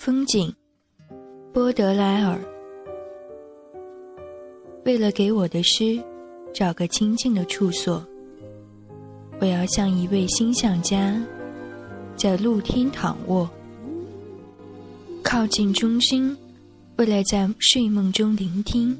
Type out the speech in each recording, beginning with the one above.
风景，波德莱尔。为了给我的诗找个清静的处所，我要像一位星象家，在露天躺卧，靠近中心，为了在睡梦中聆听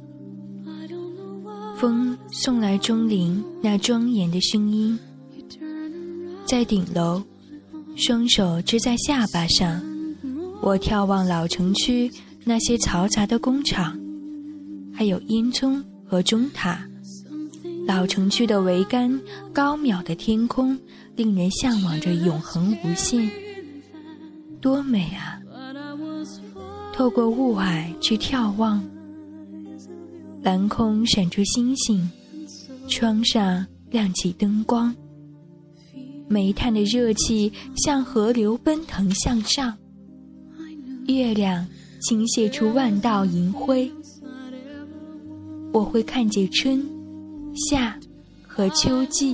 风送来钟灵那庄严的声音。在顶楼，双手支在下巴上，我眺望老城区那些嘈杂的工厂，还有烟囱和钟塔。老城区的桅杆，高渺的天空，令人向往着永恒无限。多美啊！透过雾霭去眺望，蓝空闪出星星，窗上亮起灯光，煤炭的热气像河流奔腾向上，月亮倾泻出万道银辉。我会看见春、夏和秋季，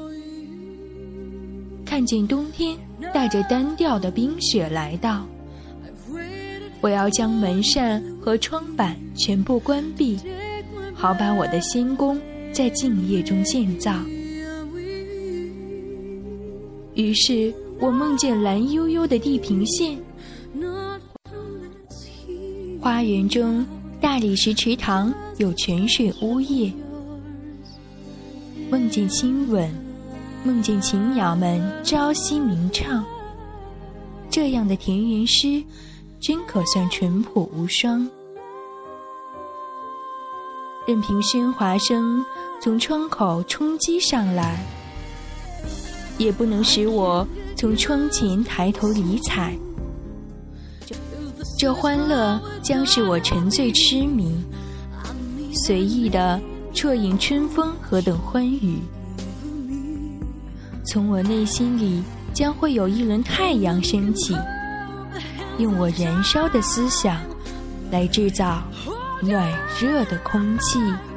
看见冬天带着单调的冰雪来到。我要将门扇和窗板全部关闭，好把我的仙宫在静夜中建造。于是我梦见蓝悠悠的地平线，花园中大理石池塘有泉水呜咽，梦见亲吻，梦见禽鸟们朝夕鸣唱。这样的田园诗真可算淳朴无双。任凭喧哗声从窗口冲击上来，也不能使我从窗前抬头理睬。这欢乐将使我沉醉痴迷，随意地啜饮春风何等欢愉。从我内心里将会有一轮太阳升起，用我燃烧的思想来制造暖热的空气。